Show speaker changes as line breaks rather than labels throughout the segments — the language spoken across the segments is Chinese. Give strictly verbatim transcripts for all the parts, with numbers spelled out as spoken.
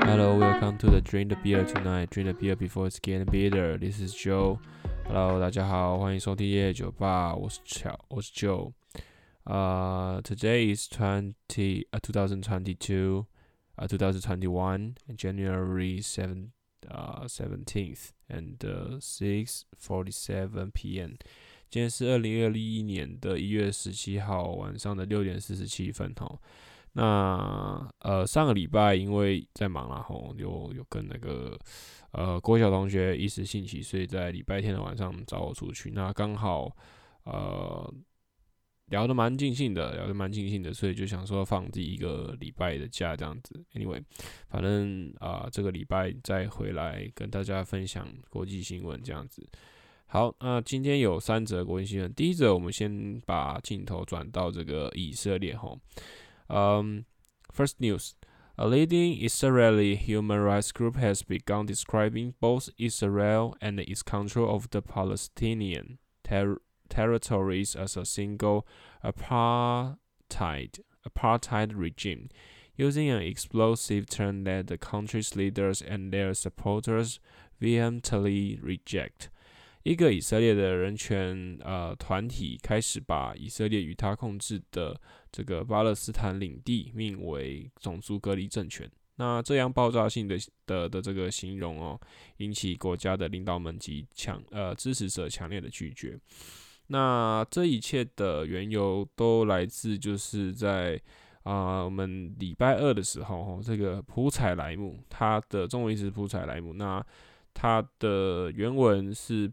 Hello, welcome to the Drink the Beer Tonight. Drink the beer before it's getting bitter. This is Joe. Hello,大家好，欢迎收听夜酒吧。我是乔，我是 Joe. Uh, today is twenty, uh, twenty twenty-two, uh, twenty twenty-one, January seventh, uh, seventeenth, and uh, six forty-seven p.m. 今天是二零二一年的一月十七号晚上的六点四十七分哈。那呃上个礼拜因为在忙啦吼，有有跟那个呃国小同学一时兴起，所以在礼拜天的晚上找我出去。那刚好呃聊得蛮尽兴的，聊得蛮尽兴的，所以就想说放第一个礼拜的假这样子。Anyway， 反正啊、呃、这个礼拜再回来跟大家分享国际新闻这样子。好，那今天有三则国际新闻。第一则，我们先把镜头转到这个以色列吼。Um, first news. A leading Israeli human rights group has begun describing both Israel and its control of the Palestinian ter- territories as a single apartheid, apartheid regime, using an explosive term that the country's leaders and their supporters vehemently reject. 一个以色列的人权呃团体开始把以色列与他控制的这个巴勒斯坦领地命为种族隔离政权。那这样爆炸性的的的这个形容哦，引起国家的领导们及强呃支持者强烈的拒绝。那这一切的缘由都来自就是在啊、呃、我们礼拜二的时候哦，这个普采莱姆，它的中文意思是普采莱姆，那它的原文是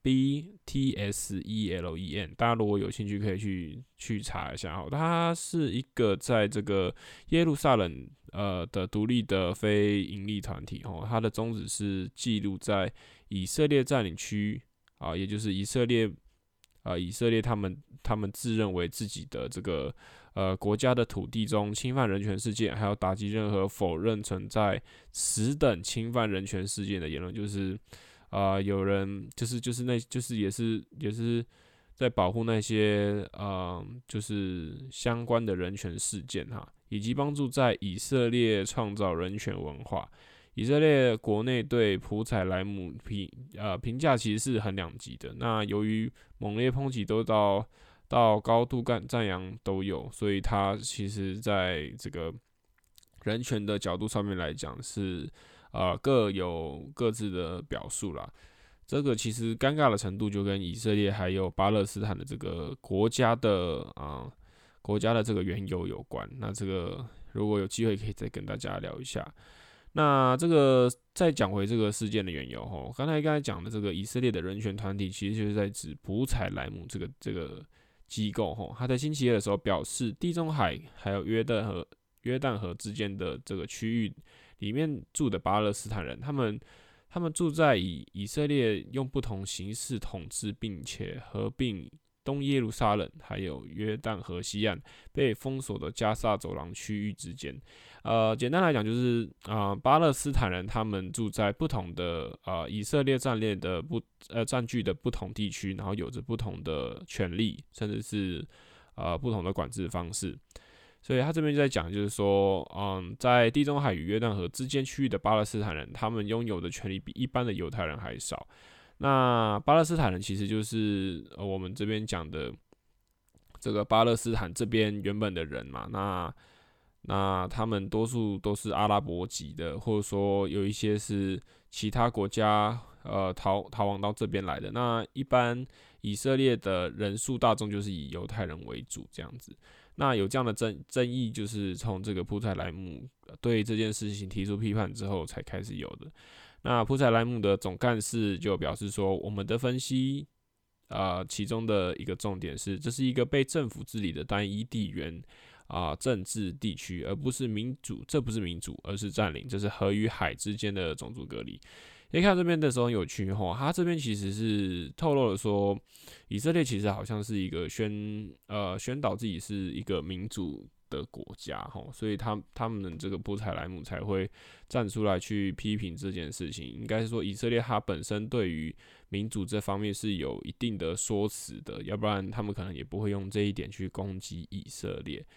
B T S E L E N， 大家如果有兴趣可以去去查一下哈。它是一个在这个耶路撒冷呃的独立的非营利团体哈，它的宗旨是记录在以色列占领区啊，也就是以色列啊以色列他们他们自认为自己的这个呃国家的土地中侵犯人权事件，还有打击任何否认存在此等侵犯人权事件的言论，就是。啊、呃，有人就是就是那就是也是也是在保护那些呃就是相关的人权事件哈，以及帮助在以色列创造人权文化。以色列国内对普采莱姆评呃评价其实是很两极的。那由于猛烈抨击都到到高度赞扬都有，所以他其实在这个人权的角度上面来讲是。呃，各有各自的表述啦。这个其实尴尬的程度就跟以色列还有巴勒斯坦的这个国家的啊、呃、国家的这个缘由有关。那这个如果有机会可以再跟大家聊一下。那这个再讲回这个事件的缘由吼，刚才刚才讲的这个以色列的人权团体，其实就是在指普采莱姆这个这个机构吼，他在星期二的时候表示，地中海还有约旦河约旦河之间的这个区域。里面住的巴勒斯坦人，他们他们住在以以色列用不同形式统治，并且合并东耶路撒冷还有约旦河西岸被封锁的加萨走廊区域之间。呃，简单来讲就是啊、呃，巴勒斯坦人他们住在不同的呃以色列战列的不呃占据的不同地区，然后有着不同的权利，甚至是呃不同的管制方式。所以他这边就在讲，就是说，嗯，在地中海与约旦河之间区域的巴勒斯坦人，他们拥有的权利比一般的犹太人还少。那巴勒斯坦人其实就是呃我们这边讲的这个巴勒斯坦这边原本的人嘛。那那他们多数都是阿拉伯籍的，或者说有一些是其他国家呃逃逃亡到这边来的。那一般以色列的人数大众就是以犹太人为主这样子。那有这样的争争议，就是从这个普采莱姆对这件事情提出批判之后才开始有的。那普采莱姆的总干事就表示说，我们的分析，呃，其中的一个重点是，这是一个被政府治理的单一地缘啊、呃、政治地区，而不是民主，这不是民主，而是占领，这是河与海之间的种族隔离。你看这边的时候很有趣吼，他这边其实是透露了说，以色列其实好像是一个宣呃宣导自己是一个民主的国家吼，所以他他们这个普采莱姆才会站出来去批评这件事情。应该是说以色列它本身对于民主这方面是有一定的说辞的，要不然他们可能也不会用这一点去攻击以色列。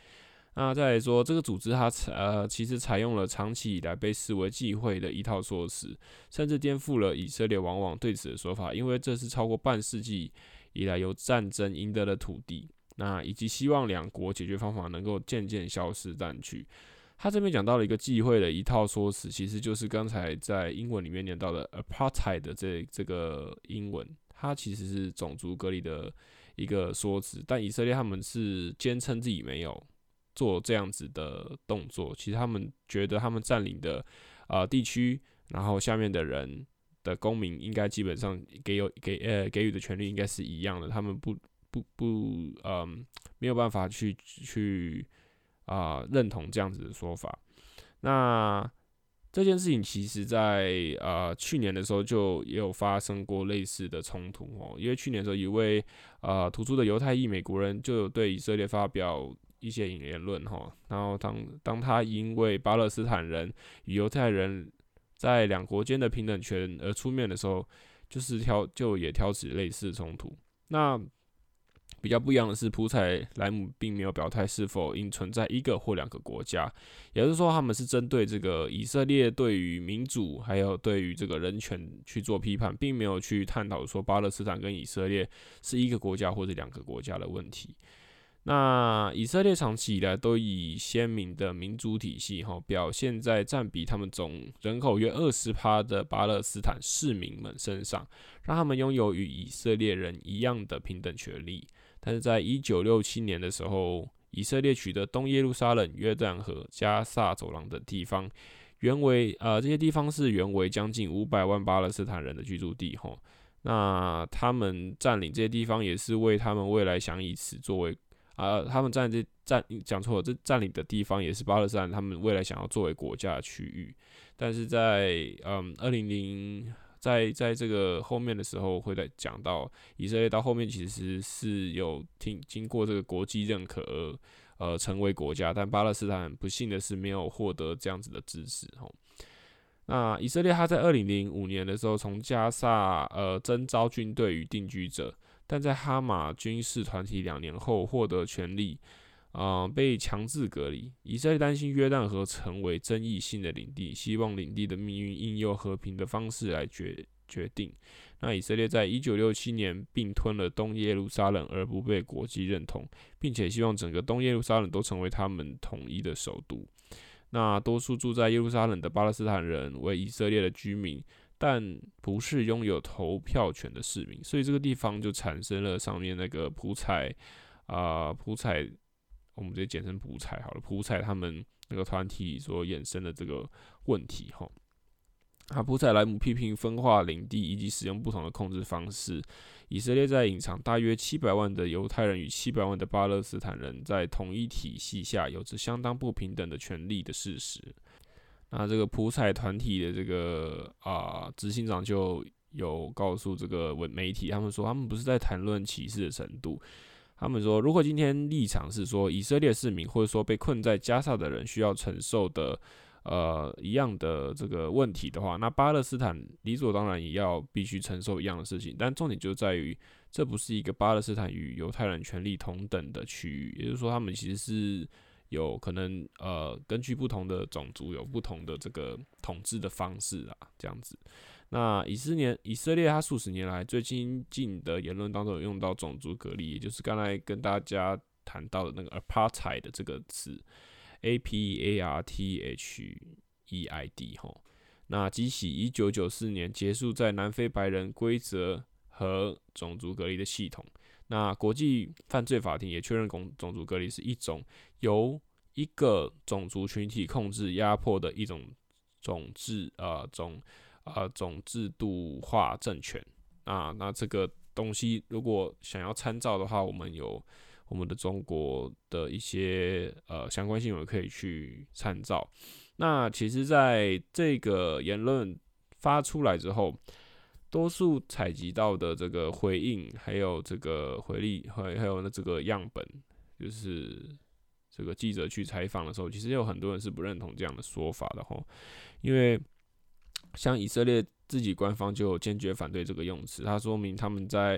那再来说，这个组织它呃其实采用了长期以来被视为忌讳的一套说辞，甚至颠覆了以色列往往对此的说法，因为这是超过半世纪以来由战争赢得的土地，那以及希望两国解决方法能够渐渐消失淡去。他这边讲到了一个忌讳的一套说辞，其实就是刚才在英文里面念到的 apartheid 的这这个英文，它其实是种族隔离的一个说辞，但以色列他们是坚称自己没有做这样子的动作。其实他们觉得他们占领的呃地区，然后下面的人的公民应该基本上给有给呃给予的权利应该是一样的，他们不不不嗯没有办法去去啊、呃、认同这样子的说法。那这件事情其实在呃去年的时候就也有发生过类似的冲突哦，因为去年的时候有一位呃突出的犹太裔美国人就有对以色列发表一些言论哈，然后当当他因为巴勒斯坦人与犹太人在两国间的平等权而出面的时候，就是挑就也挑起类似的冲突。那比较不一样的是，普采莱姆并没有表态是否应存在一个或两个国家，也就是说，他们是针对这个以色列对于民主还有对于这个人权去做批判，并没有去探讨说巴勒斯坦跟以色列是一个国家或者两个国家的问题。那以色列长期以来都以鲜明的民主体系表现在占比他们总人口约 百分之二十 的巴勒斯坦市民们身上，让他们拥有与以色列人一样的平等权利。但是在一九六七年的时候，以色列取得东耶路撒冷、约旦河、加萨走廊等地方，原为呃这些地方是原为将近五百万巴勒斯坦人的居住地吼。那他们占领这些地方，也是为他们未来想以此作为啊、呃，他们占这占讲错了，这占领的地方也是巴勒斯坦他们未来想要作为国家的区域。但是在嗯二零零在在这个后面的时候，会再讲到以色列到后面其实是有听经过这个国际认可而呃成为国家，但巴勒斯坦不幸的是没有获得这样子的支持吼。那以色列他在二零零五年的时候从加萨呃征召军队与定居者，但在哈马军事团体两年后获得权力。呃，被强制隔离。以色列担心约旦河成为争议性的领地，希望领地的命运应用和平的方式来决决定。那以色列在一九六七年并吞了东耶路撒冷而不被国际认同，并且希望整个东耶路撒冷都成为他们统一的首都。那多数住在耶路撒冷的巴勒斯坦人为以色列的居民，但不是拥有投票权的市民，所以这个地方就产生了上面那个普采啊普采。我们直接简称普采好了，普采他们那个团体所衍生的这个问题哈。啊，普采莱姆批评分化领地以及使用不同的控制方式。以色列在隐藏大约七百万的犹太人与七百万的巴勒斯坦人在同一体系下有着相当不平等的权利的事实。那这个普采团体的这个啊执行长就有告诉这个媒体，他们说他们不是在谈论歧视的程度。他们说，如果今天立场是说以色列市民或者说被困在加萨的人需要承受的呃一样的这个问题的话，那巴勒斯坦理所当然也要必须承受一样的事情。但重点就在于，这不是一个巴勒斯坦与犹太人权利同等的区域，也就是说，他们其实是有可能呃根据不同的种族有不同的这个统治的方式啊，这样子。那以色列以色列它数十年来最亲近的言论当中有用到种族隔离，也就是刚才跟大家谈到的那个 apartheid 的这个词 ，A P A R T H E I D 吼。那基起一九九四年结束在南非白人规则和种族隔离的系统。那国际犯罪法庭也确认种族隔离是一种由一个种族群体控制压迫的一种种制呃种。呃，种制度化政权啊，那这个东西如果想要参照的话，我们有我们的中国的一些呃相关新闻可以去参照。那其实在这个言论发出来之后，多数采集到的这个回应，还有这个回力，还还有那这个样本，就是这个记者去采访的时候，其实有很多人是不认同这样的说法的吼，因为像以色列自己官方就坚决反对这个用词，他说明他们在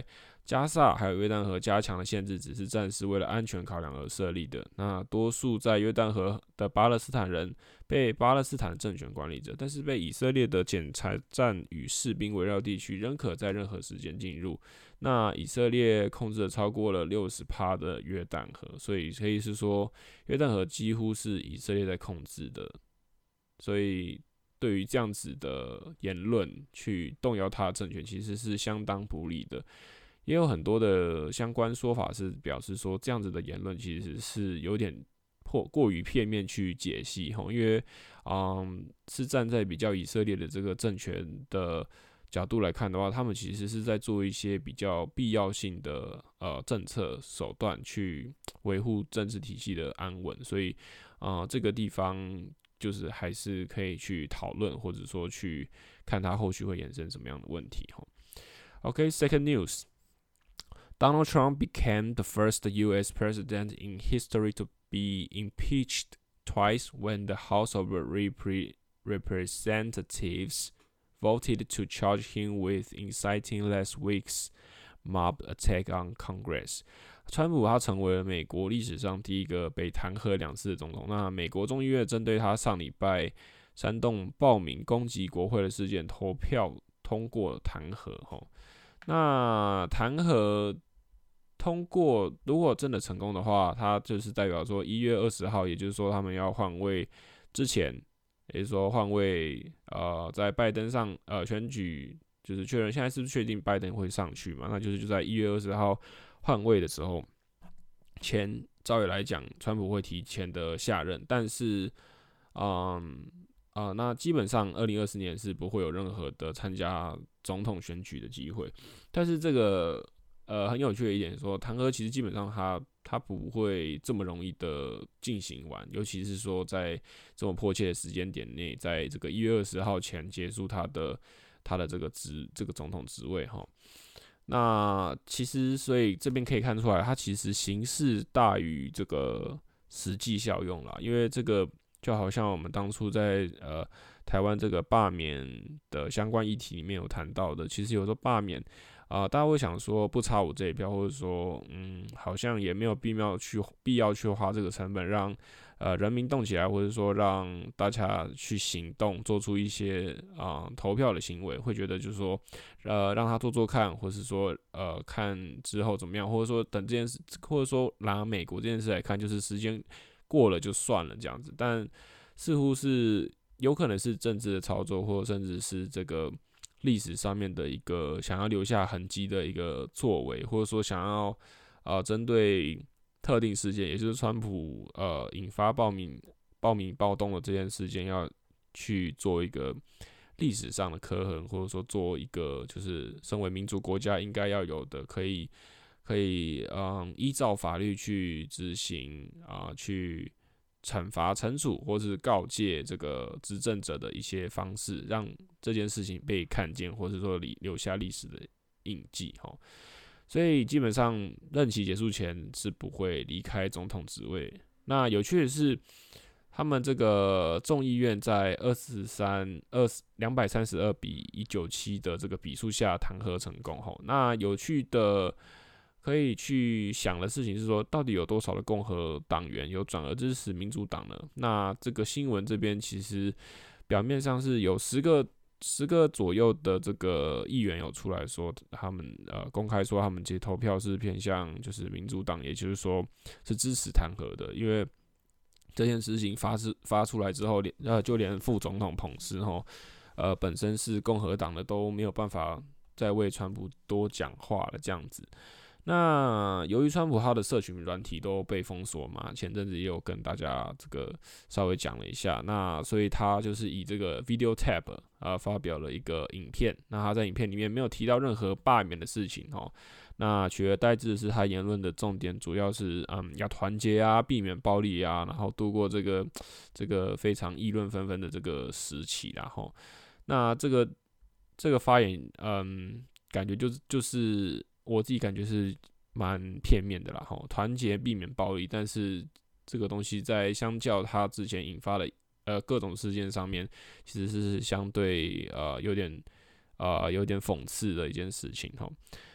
加萨还有约旦河加强的限制只是暂时为了安全考量而设立的。那多数在约旦河的巴勒斯坦人被巴勒斯坦政权管理着，但是被以色列的检查站与士兵围绕地区仍可在任何时间进入。那以色列控制了超过了 百分之六十 的约旦河，所以可以是说约旦河几乎是以色列在控制的。所以对于这样子的言论去动摇他的政权，其实是相当不利的。也有很多的相关说法是表示说，这样子的言论其实是有点过过于片面去解析，因为嗯是站在比较以色列的这个政权的角度来看的话，他们其实是在做一些比较必要性的呃政策手段去维护政治体系的安稳，所以呃这个地方就是还是可以去讨论，或者说去看它后续会衍生什么样的问题。OK, second news. Donald Trump became the first U S president in history to be impeached twice when the House of Repre- Representatives voted to charge him with inciting last week's mob attack on Congress. 川普他成为了美国历史上第一个被弹劾两次的总统。那美国众议院针对他上礼拜煽动暴民攻击国会的事件投票通过弹劾。那弹劾通过，如果真的成功的话，它就是代表说一月二十号，也就是说他们要换位之前，也就是说换位呃，在拜登上呃选举就是确认现在是不是确定拜登会上去嘛？那就是就在一月二十号换位的时候前，照理来讲，川普会提前的下任，但是嗯啊、呃，那基本上二零二四年是不会有任何的参加总统选举的机会。但是这个呃很有趣的一点说，弹劾其实基本上它它不会这么容易的进行完，尤其是说在这么迫切的时间点内，在这个一月二十号前结束他的他的这个职这个总统职位哈。那其实所以这边可以看出来，它其实形式大于这个实际效用啦，因为这个。就好像我们当初在呃台湾这个罢免的相关议题里面有谈到的，其实有时候罢免啊、呃，大家会想说不差我这一票，或者说嗯，好像也没有必要去必要去花这个成本让呃人民动起来，或者说让大家去行动，做出一些啊、呃、投票的行为，会觉得就是说呃让他做做看，或是说呃看之后怎么样，或者说等这件事，或者说拿美国这件事来看，就是时间。过了就算了这样子，但似乎是有可能是政治的操作，或甚至是这个历史上面的一个想要留下痕迹的一个作为，或者说想要呃针对特定事件，也就是川普呃引发暴民暴民暴动的这件事件，要去做一个历史上的刻痕，或者说做一个就是身为民主国家应该要有的可以。可以嗯依照法律去执行啊、呃，去惩罚、惩处或是告诫这个执政者的一些方式，让这件事情被看见，或是说留下历史的印记哈。所以基本上任期结束前是不会离开总统职位。那有趣的是，他们这个众议院在二十三二两百三十二比一九七的这个比数下弹劾成功哈。那有趣的。可以去想的事情是说，到底有多少的共和党员有转而支持民主党呢？那这个新闻这边其实表面上是有十个十个左右的这个议员有出来说，他们呃公开说他们其实投票是偏向就是民主党，也就是说是支持弹劾的，因为这件事情发发出来之后，连呃就连副总统彭斯吼，呃本身是共和党的都没有办法再为川普多讲话了这样子。那由于川普他的社群软体都被封锁嘛，前阵子也有跟大家这个稍微讲了一下，那所以他就是以这个 Video Tab 啊、呃、发表了一个影片，那他在影片里面没有提到任何罢免的事情哦，那取而代之的是他言论的重点主要是嗯要团结啊，避免暴力啊，然后度过这个这个非常议论纷纷的这个时期啦吼，那这个这个发言嗯感觉就是就是。我自己感觉是蛮片面的啦，吼，团结避免暴力，但是这个东西在相较他之前引发的呃各种事件上面，其实是相对呃有点呃有点讽刺的一件事情吼。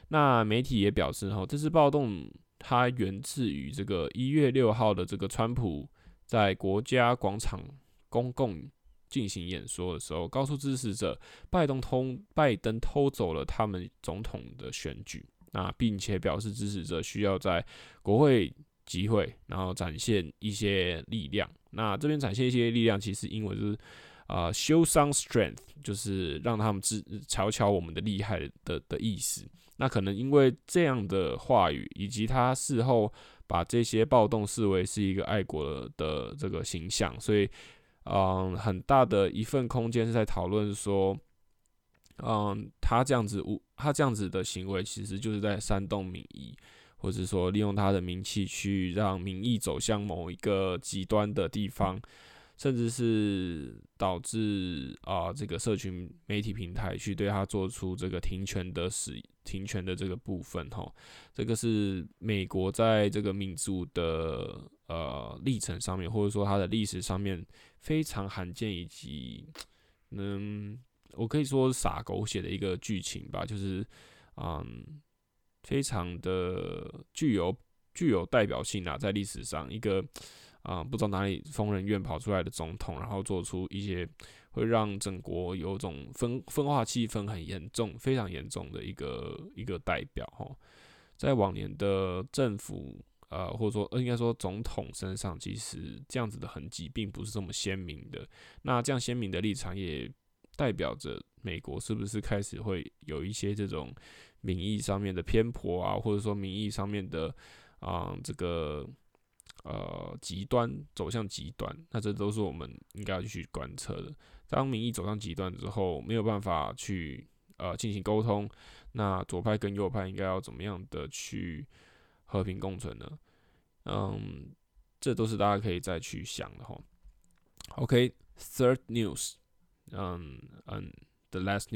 那媒体也表示，哈，这次暴动它源自于这个一月六号的这个川普在国家广场公共进行演说的时候，告诉支持者拜登偷拜登偷走了他们总统的选举，那并且表示支持者需要在国会集会，然后展现一些力量。那这边展现一些力量，其实英文就是啊、呃、show some strength， 就是让他们知瞧瞧我们的厉害的的意思。那可能因为这样的话语，以及他事后把这些暴动视为是一个爱国的这个形象，所以，嗯，很大的一份空间是在讨论说，嗯，他这样子，他这样子的行为其实就是在煽动民意，或者说利用他的名气去让民意走向某一个极端的地方。甚至是导致啊、呃、这个社群媒体平台去对他做出这个停权的使停权的这个部分哈，这个是美国在这个民主的呃历程上面，或者说它的历史上面非常罕见，以及嗯，我可以说洒狗血的一个剧情吧，就是嗯非常的具有具有代表性啊，在历史上一个。啊、嗯，不知道哪里疯人院跑出来的总统，然后做出一些会让整国有种分分化气氛很严重、非常严重的一个一个代表哈。在往年的政府呃，或者说应该说总统身上，其实这样子的痕迹并不是这么鲜明的。那这样鲜明的立场，也代表着美国是不是开始会有一些这种民意上面的偏颇啊，或者说民意上面的啊、嗯、这个。呃，极端走向极端，那这都是我们应该要去观测的。当民意走向极端之后，没有办法去呃进行沟通，那左派跟右派应该要怎么样的去和平共存呢？嗯，这都是大家可以再去想的哈。OK，third news， 嗯嗯 ，the last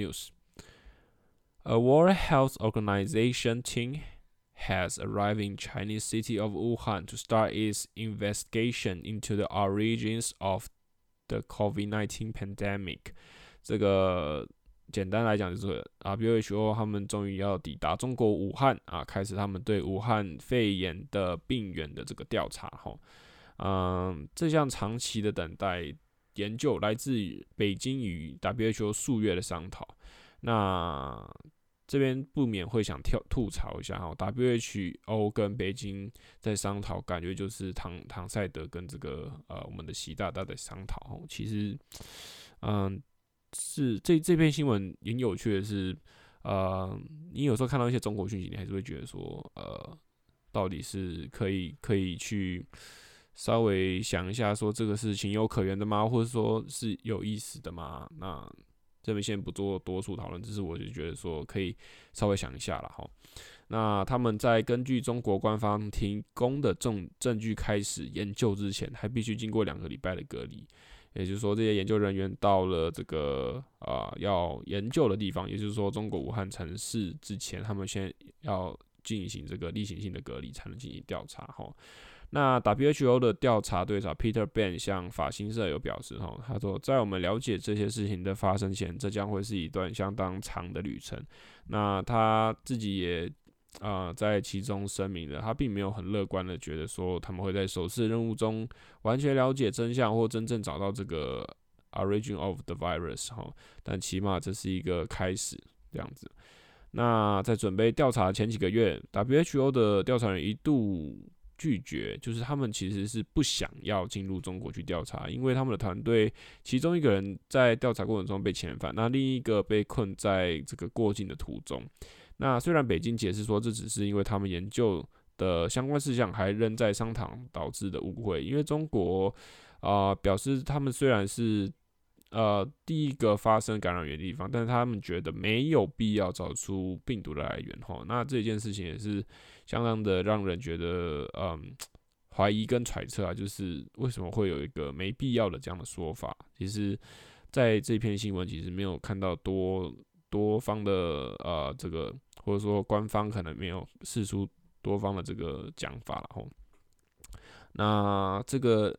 news，a World Health Organization team。has arrived in Chinese city of Wuhan to start its investigation into the origins of the COVID nineteen pandemic. 这个简单来讲就是 W H O 他们终于要抵达中国武汉啊，开始他们对武汉肺炎的病源的这个调查哈。嗯，这项长期的等待研究来自于北京与 W H O 数月的商讨。那这边不免会想跳吐槽一下哈 ，W H O 跟北京在商讨，感觉就是唐唐赛德跟这个呃我们的习大大在商讨。其实，嗯，是这这篇新闻很有趣的是，呃，你有时候看到一些中国讯息，你还是会觉得说，呃，到底是可以可以去稍微想一下，说这个是情有可原的吗？或者说是有意思的吗？那这边先不做多数讨论，只是我就觉得说可以稍微想一下啦齁。那他们在根据中国官方提供的证证据开始研究之前，还必须经过两个礼拜的隔离。也就是说，这些研究人员到了这个啊、呃、要研究的地方，也就是说中国武汉城市之前，他们先要进行这个例行性的隔离，才能进行调查齁。那 W H O 的调查队长 Peter Ben 向法新社有表示，他说，在我们了解这些事情的发生前，这将会是一段相当长的旅程。那他自己也啊、呃、在其中声明了，他并没有很乐观的觉得说他们会在首次任务中完全了解真相或真正找到这个 origin of the virus 哈，但起码这是一个开始这样子。那在准备调查前几个月 ，W H O 的调查人一度拒绝，就是他们其实是不想要进入中国去调查，因为他们的团队其中一个人在调查过程中被遣返，那另一个被困在这个过境的途中。那虽然北京解释说这只是因为他们研究的相关事项还仍在商讨导致的误会，因为中国啊、呃、表示他们虽然是呃第一个发生感染源的地方，但是他们觉得没有必要找出病毒的来源齁。那这件事情也是相当的让人觉得嗯怀疑跟揣测啊，就是为什么会有一个没必要的这样的说法？其实，在这篇新闻其实没有看到多多方的呃这个，或者说官方可能没有释出多方的这个讲法了齁。那这个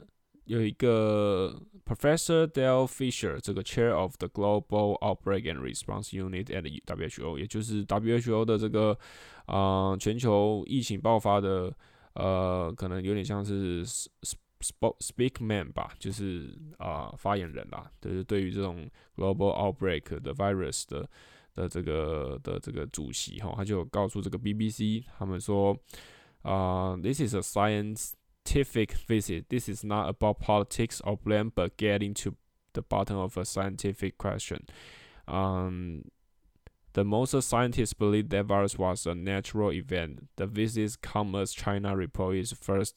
有一个 Professor Dale Fisher 这个 Chair of the Global Outbreak and Response Unit at the W H O， 也就是 W H O 的这个呃全球疫情爆发的呃可能有点像是 Speak Man 吧，就是啊、呃、发言人啦，就是对于这种 Global Outbreak 的 virus 的的这个的这个主席哈，他就有告诉这个 B B C， 他们说啊、uh, ，This is a scientific visit. This is not about politics or blame, but getting to the bottom of a scientific question. Um, the most scientists believe that virus was a natural event. The visit comes as China reported its first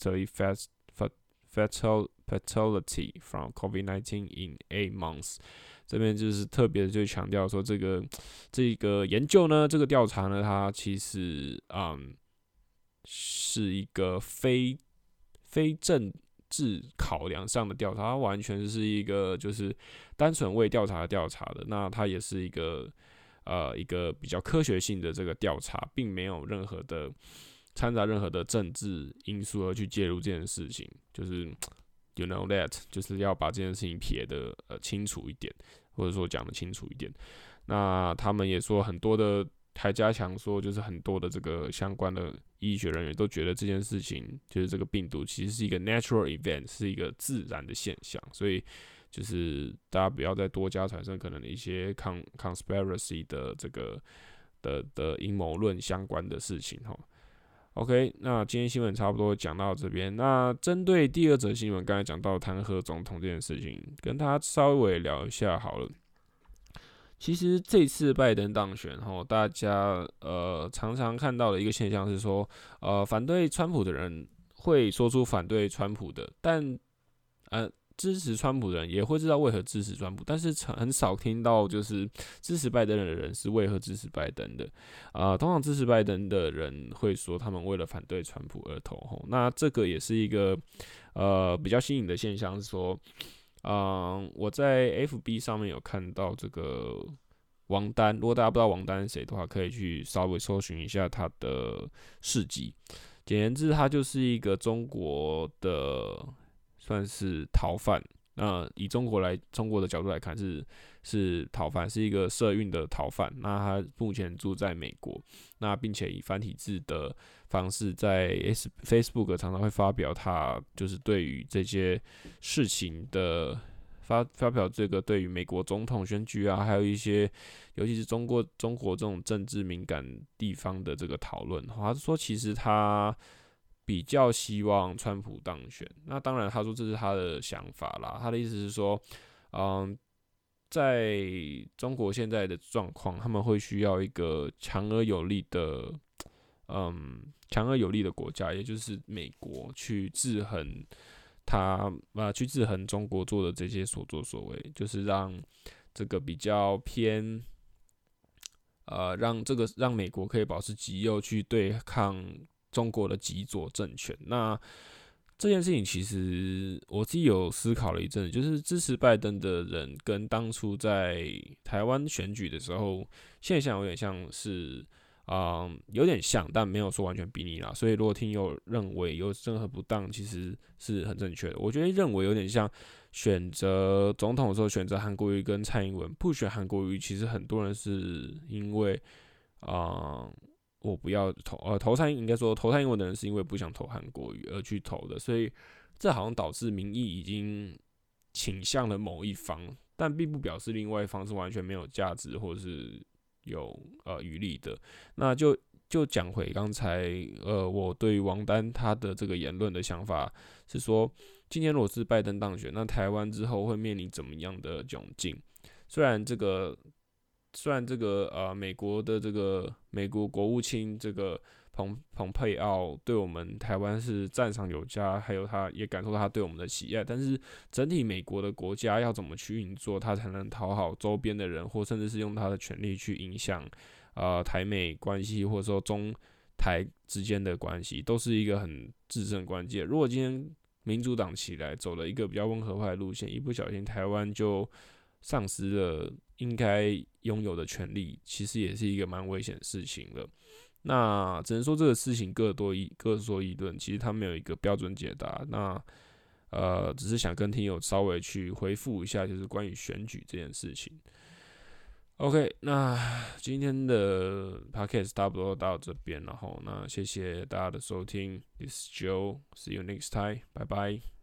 fatal fatality from COVID nineteen in eight months. 这边就是特别就强调说，这个这个研究呢，这个调查呢，它其实嗯是一个非非政治考量上的调查，它完全是一个就是单纯为调查调查的。那它也是一个呃一个比较科学性的这个调查，并没有任何的掺杂任何的政治因素而去介入这件事情，就是 you know that 就是要把这件事情撇得呃清楚一点，或者说讲得清楚一点。那他们也说很多的。还加强说，就是很多的这个相关的医学人员都觉得这件事情，就是这个病毒其实是一个 natural event， 是一个自然的现象，所以就是大家不要再多加产生可能一些 con conspiracy 的这个的的阴谋论相关的事情哈。OK， 那今天新闻差不多讲到这边。那针对第二则新闻，刚才讲到弹劾总统这件事情，跟他稍微聊一下好了。其实这次拜登当选后，大家呃常常看到的一个现象是说，呃反对川普的人会说出反对川普的，但呃支持川普的人也会知道为何支持川普，但是很少听到就是支持拜登的人是为何支持拜登的。啊、呃，通常支持拜登的人会说他们为了反对川普而投吼，那这个也是一个呃比较新颖的现象，是说。嗯，我在 F B 上面有看到这个王丹，如果大家不知道王丹是谁的话，可以去稍微搜寻一下他的事迹。简言之，他就是一个中国的算是逃犯。那以中国来中国的角度来看是，是逃犯，是一个社运的逃犯。那他目前住在美国，那并且以繁体字的方式在 Facebook 常常会发表他就是对于这些事情的发发表这个对于美国总统选举啊，还有一些尤其是中国中国这种政治敏感地方的这个讨论。他说其实他比较希望川普当选。那当然他说这是他的想法啦，他的意思是说，嗯。在中国现在的状况，他们会需要一个强而有力的，嗯，强而有力的国家，也就是美国去制衡他，呃，去制衡中国做的这些所作所为，就是让这个比较偏，呃，让这个让美国可以保持极右去对抗中国的极左政权。那这件事情其实我自己有思考了一阵子，就是支持拜登的人跟当初在台湾选举的时候现象有点像是，嗯，有点像，但没有说完全比拟啦。所以如果听友认为有任何不当，其实是很正确的。我觉得认为有点像选择总统的时候选择韩国瑜跟蔡英文，不选韩国瑜，其实很多人是因为，嗯。我不要投呃投蔡应该说投蔡英文的人是因为不想投韩国瑜而去投的，所以这好像导致民意已经倾向了某一方，但并不表示另外一方是完全没有价值或是有呃余力的。那就就讲回刚才呃我对于王丹他的这个言论的想法是说，今天如果是拜登当选，那台湾之后会面临怎么样的窘境？虽然这个。虽然这个呃美国的这个美国国务卿这个蓬蓬佩奥对我们台湾是赞赏有加，还有他也感受到他对我们的喜爱，但是整体美国的国家要怎么去运作，他才能讨好周边的人，或甚至是用他的权力去影响呃台美关系，或者说中台之间的关系，都是一个很制胜关键。如果今天民主党起来走了一个比较温和派的路线，一不小心台湾就丧失了应该拥有的权利，其实也是一个蛮危险的事情了。那只能说这个事情各多各说议论，其实它没有一个标准解答。那呃，只是想跟听友稍微去回复一下，就是关于选举这件事情。OK，那今天的 Podcast 差不多到这边，然后那谢谢大家的收听。This is Joe，see you next time，拜拜。